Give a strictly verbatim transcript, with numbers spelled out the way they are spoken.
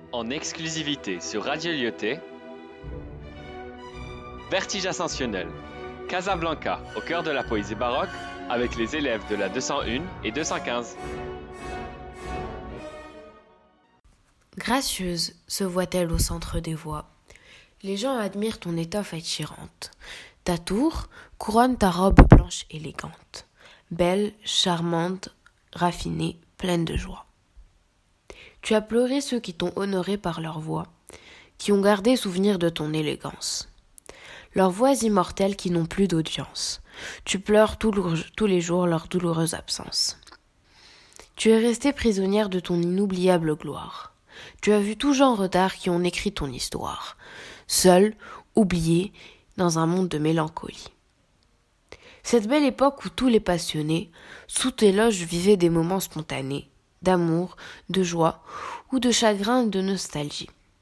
En exclusivité sur Radio Lyoté, Vertige ascensionnel, Casablanca, au cœur de la poésie baroque, avec les élèves de la deux cent un et deux cent quinze. Gracieuse se voit-elle au centre des voix. Les gens admirent ton étoffe attirante. Ta tour couronne ta robe blanche élégante. Belle, charmante, raffinée, pleine de joie. Tu as pleuré ceux qui t'ont honoré par leur voix, qui ont gardé souvenir de ton élégance. Leurs voix immortelles qui n'ont plus d'audience. Tu pleures tous les jours leur douloureuse absence. Tu es restée prisonnière de ton inoubliable gloire. Tu as vu tout genre d'art qui ont écrit ton histoire, seule, oubliée, dans un monde de mélancolie. Cette belle époque où tous les passionnés, sous tes loges, vivaient des moments spontanés, d'amour, de joie ou de chagrin et de nostalgie.